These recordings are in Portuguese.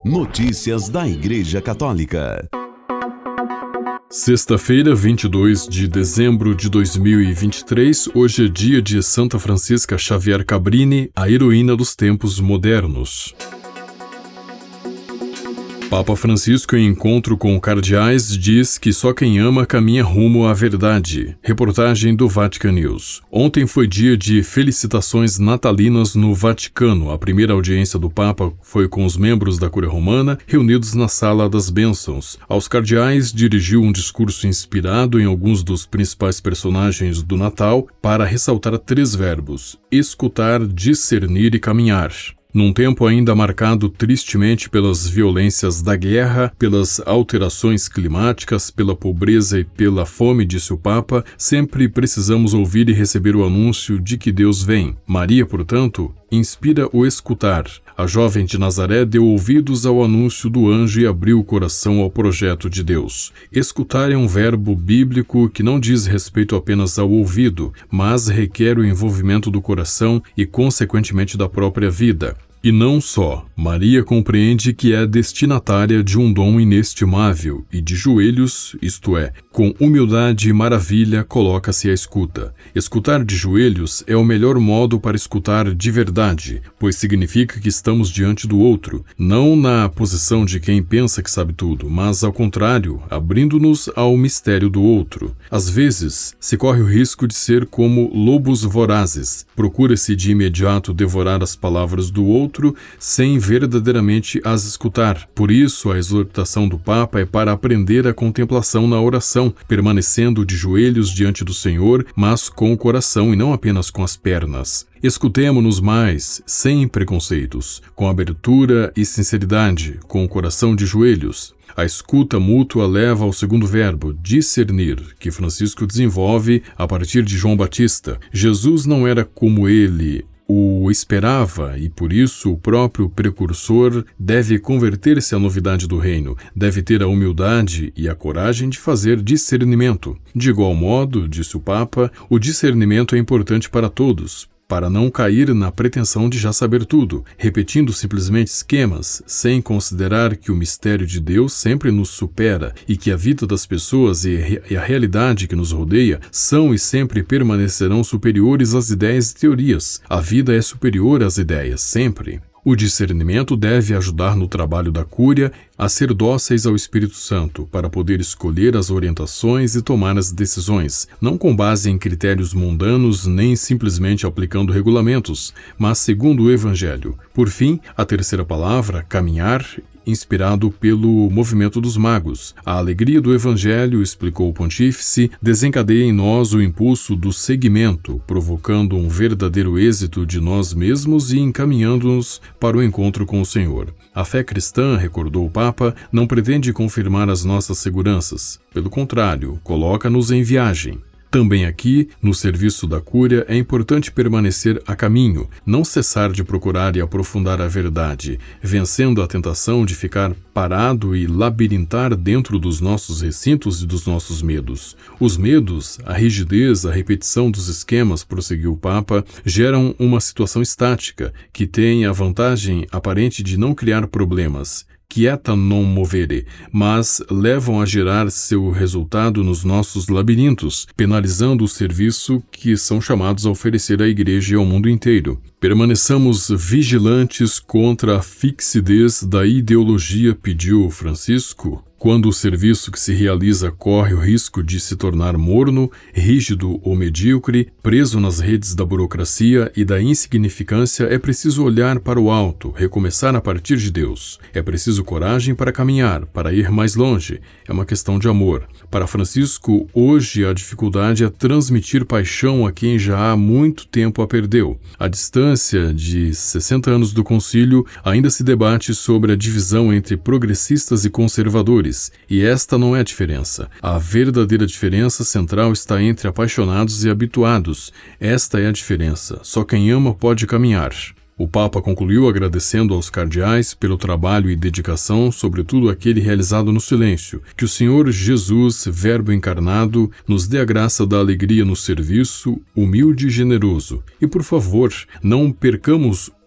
Notícias da Igreja Católica. Sexta-feira, 22 de dezembro de 2023, hoje é dia de Santa Francisca Xavier Cabrini, a heroína dos tempos modernos. Papa Francisco, em encontro com cardeais, diz que só quem ama caminha rumo à verdade. Reportagem do Vatican News. Ontem foi dia de felicitações natalinas no Vaticano. A primeira audiência do Papa foi com os membros da Cúria Romana, reunidos na Sala das Bênçãos. Aos cardeais, dirigiu um discurso inspirado em alguns dos principais personagens do Natal para ressaltar 3 verbos: escutar, discernir e caminhar. Num tempo ainda marcado tristemente pelas violências da guerra, pelas alterações climáticas, pela pobreza e pela fome, disse o Papa, sempre precisamos ouvir e receber o anúncio de que Deus vem. Maria, portanto, inspira o escutar. A jovem de Nazaré deu ouvidos ao anúncio do anjo e abriu o coração ao projeto de Deus. Escutar é um verbo bíblico que não diz respeito apenas ao ouvido, mas requer o envolvimento do coração e, consequentemente, da própria vida. E não só, Maria compreende que é destinatária de um dom inestimável e de joelhos, isto é, com humildade e maravilha, coloca-se à escuta. Escutar de joelhos é o melhor modo para escutar de verdade, pois significa que estamos diante do outro, não na posição de quem pensa que sabe tudo, mas ao contrário, abrindo-nos ao mistério do outro. Às vezes, se corre o risco de ser como lobos vorazes, procura-se de imediato devorar as palavras do outro, sem verdadeiramente as escutar. Por isso, a exortação do Papa é para aprender a contemplação na oração, permanecendo de joelhos diante do Senhor, mas com o coração e não apenas com as pernas. Escutemo-nos mais, sem preconceitos, com abertura e sinceridade, com o coração de joelhos. A escuta mútua leva ao segundo verbo, discernir, que Francisco desenvolve a partir de João Batista. Jesus não era como ele o esperava e, por isso, o próprio precursor deve converter-se à novidade do reino, deve ter a humildade e a coragem de fazer discernimento. De igual modo, disse o Papa, o discernimento é importante para todos, para não cair na pretensão de já saber tudo, repetindo simplesmente esquemas, sem considerar que o mistério de Deus sempre nos supera e que a vida das pessoas e a realidade que nos rodeia são e sempre permanecerão superiores às ideias e teorias. A vida é superior às ideias, sempre. O discernimento deve ajudar no trabalho da cúria a ser dóceis ao Espírito Santo, para poder escolher as orientações e tomar as decisões, não com base em critérios mundanos nem simplesmente aplicando regulamentos, mas segundo o Evangelho. Por fim, a terceira palavra, caminhar, inspirado pelo movimento dos magos. A alegria do Evangelho, explicou o pontífice, desencadeia em nós o impulso do seguimento, provocando um verdadeiro êxito de nós mesmos e encaminhando-nos para o encontro com o Senhor. A fé cristã, recordou o Papa, não pretende confirmar as nossas seguranças. Pelo contrário, coloca-nos em viagem. Também aqui, no serviço da cúria, é importante permanecer a caminho, não cessar de procurar e aprofundar a verdade, vencendo a tentação de ficar parado e labirintar dentro dos nossos recintos e dos nossos medos. Os medos, a rigidez, a repetição dos esquemas, prosseguiu o Papa, geram uma situação estática, que tem a vantagem aparente de não criar problemas. Quieta non movere, mas levam a gerar seu resultado nos nossos labirintos, penalizando o serviço que são chamados a oferecer à Igreja e ao mundo inteiro. Permaneçamos vigilantes contra a fixidez da ideologia, pediu Francisco, quando o serviço que se realiza corre o risco de se tornar morno, rígido ou medíocre, preso nas redes da burocracia e da insignificância, é preciso olhar para o alto, recomeçar a partir de Deus. É preciso coragem para caminhar, para ir mais longe. É uma questão de amor. Para Francisco, hoje a dificuldade é transmitir paixão a quem já há muito tempo a perdeu. A distância de 60 anos do concílio ainda se debate sobre a divisão entre progressistas e conservadores. E esta não é a diferença. A verdadeira diferença central está entre apaixonados e habituados. Esta é a diferença. Só quem ama pode caminhar. O Papa concluiu agradecendo aos cardeais pelo trabalho e dedicação, sobretudo aquele realizado no silêncio. Que o Senhor Jesus, Verbo encarnado, nos dê a graça da alegria no serviço, humilde e generoso. E, por favor, não percamos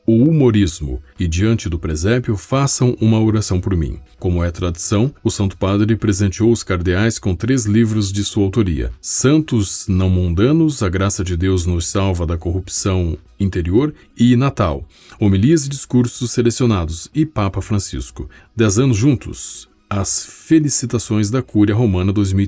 o humorismo e, diante do presépio, façam uma oração por mim. Como é tradição, o Santo Padre presenteou os cardeais com 3 livros de sua autoria: Santos Não Mundanos, A Graça de Deus nos Salva da Corrupção Interior, e Natal, Homilias e Discursos Selecionados, e Papa Francisco. 10 anos juntos. As felicitações da Cúria Romana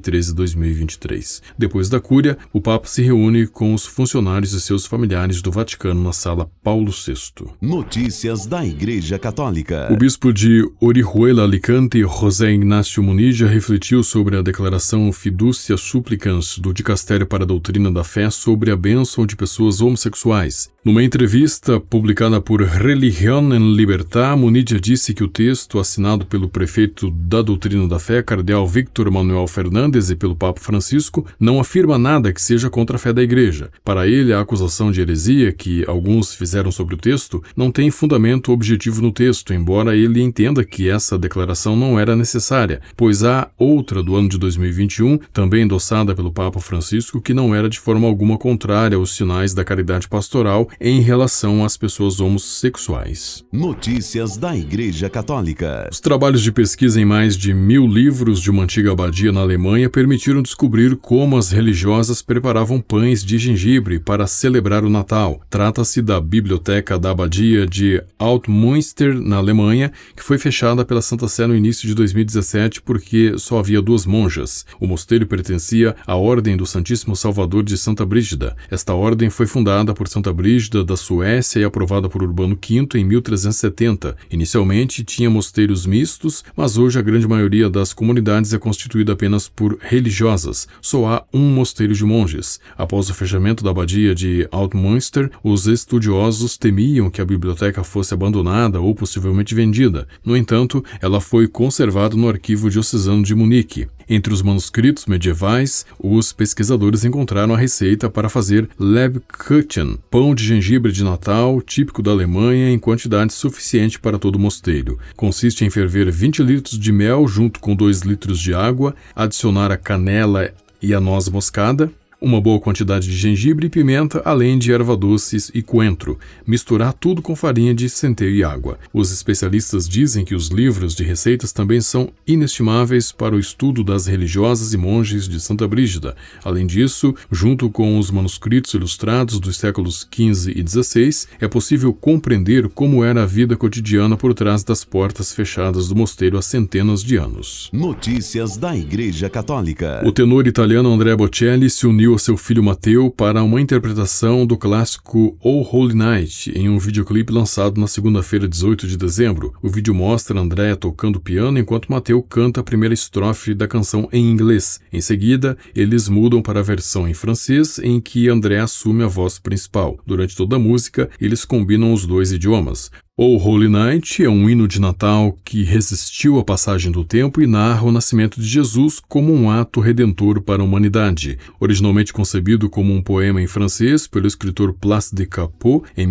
2013-2023. Depois da Cúria, o Papa se reúne com os funcionários e seus familiares do Vaticano na Sala Paulo VI. Notícias da Igreja Católica. O bispo de Orihuela, Alicante, José Ignacio Munilla, refletiu sobre a declaração Fiducia Supplicans do Dicastério para a Doutrina da Fé sobre a bênção de pessoas homossexuais. Numa entrevista publicada por Religión en Libertad, Munilla disse que o texto, assinado pelo prefeito da Doutrina da Fé, cardeal Víctor Manuel Fernandes, e pelo Papa Francisco, não afirma nada que seja contra a fé da Igreja. Para ele, a acusação de heresia que alguns fizeram sobre o texto não tem fundamento objetivo no texto, embora ele entenda que essa declaração não era necessária, pois há outra do ano de 2021, também endossada pelo Papa Francisco, que não era de forma alguma contrária aos sinais da caridade pastoral em relação às pessoas homossexuais. Notícias da Igreja Católica. Os trabalhos de pesquisa em mais de 1000 livros de uma antiga abadia na Alemanha permitiram descobrir como as religiosas preparavam pães de gengibre para celebrar o Natal. Trata-se da biblioteca da abadia de Altmünster, na Alemanha, que foi fechada pela Santa Sé no início de 2017 porque só havia 2 monjas. O mosteiro pertencia à Ordem do Santíssimo Salvador de Santa Brígida. Esta ordem foi fundada por Santa Brígida da Suécia e aprovada por Urbano V em 1370. Inicialmente tinha mosteiros mistos, mas hoje a grande maioria das comunidades é constituída apenas por religiosas. Só há um mosteiro de monges. Após o fechamento da abadia de Altmünster, os estudiosos temiam que a biblioteca fosse abandonada ou possivelmente vendida. No entanto, ela foi conservada no Arquivo Diocesano de Munique. Entre os manuscritos medievais, os pesquisadores encontraram a receita para fazer Lebkuchen, pão de gengibre de Natal, típico da Alemanha, em quantidade suficiente para todo o mosteiro. Consiste em ferver 20 litros de mel junto com 2 litros de água, adicionar a canela e a noz moscada, uma boa quantidade de gengibre e pimenta, além de erva doces e coentro. Misturar tudo com farinha de centeio e água. Os especialistas dizem que os livros de receitas também são inestimáveis para o estudo das religiosas e monges de Santa Brígida. Além disso, junto com os manuscritos ilustrados dos séculos XV e XVI, é possível compreender como era a vida cotidiana por trás das portas fechadas do mosteiro há centenas de anos. Notícias da Igreja Católica. O tenor italiano Andrea Bocelli se uniu a seu filho Matteo para uma interpretação do clássico Oh Holy Night em um videoclipe lançado na segunda-feira, 18 de dezembro. O vídeo mostra Andrea tocando piano enquanto Matteo canta a primeira estrofe da canção em inglês. Em seguida, eles mudam para a versão em francês, em que Andrea assume a voz principal. Durante toda a música, eles combinam os 2 idiomas. Oh Holy Night é um hino de Natal que resistiu à passagem do tempo e narra o nascimento de Jesus como um ato redentor para a humanidade. Originalmente concebido como um poema em francês pelo escritor Place de Capot em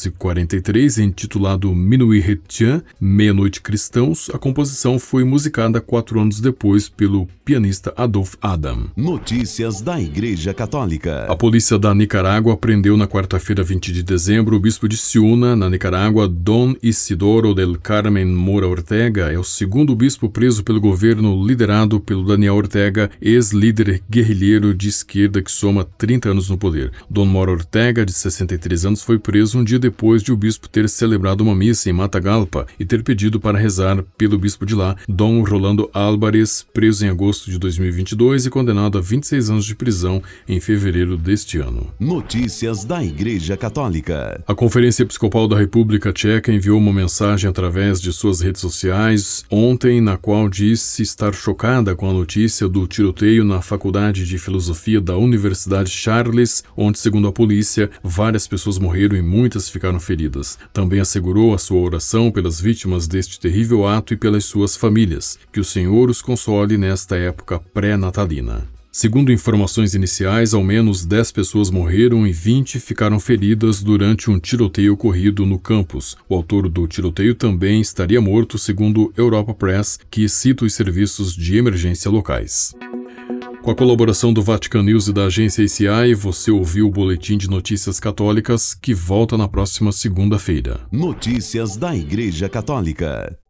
1843, intitulado Minuit Chrétien, Meia-Noite Cristãos, a composição foi musicada 4 anos depois pelo pianista Adolphe Adam. Notícias da Igreja Católica. A polícia da Nicarágua prendeu na quarta-feira, 20 de dezembro, o bispo de Ciúna, na Nicarágua, Dom Isidoro del Carmen Moura Ortega. É o segundo bispo preso pelo governo liderado pelo Daniel Ortega, ex-líder guerrilheiro de esquerda que soma 30 anos no poder. Dom Moura Ortega, de 63 anos, foi preso um dia depois de o bispo ter celebrado uma missa em Matagalpa e ter pedido para rezar pelo bispo de lá, Dom Rolando Álvares, preso em agosto de 2022 e condenado a 26 anos de prisão em fevereiro deste ano. Notícias da Igreja Católica. A Conferência Episcopal da República Tcheca enviou uma mensagem através de suas redes sociais ontem, na qual disse estar chocada com a notícia do tiroteio na Faculdade de Filosofia da Universidade Charles, onde, segundo a polícia, várias pessoas morreram e muitas ficaram feridas. Também assegurou a sua oração pelas vítimas deste terrível ato e pelas suas famílias, que o Senhor os console nesta época pré-natalina. Segundo informações iniciais, ao menos 10 pessoas morreram e 20 ficaram feridas durante um tiroteio ocorrido no campus. O autor do tiroteio também estaria morto, segundo Europa Press, que cita os serviços de emergência locais. Com a colaboração do Vatican News e da agência ACI, você ouviu o Boletim de Notícias Católicas, que volta na próxima segunda-feira. Notícias da Igreja Católica.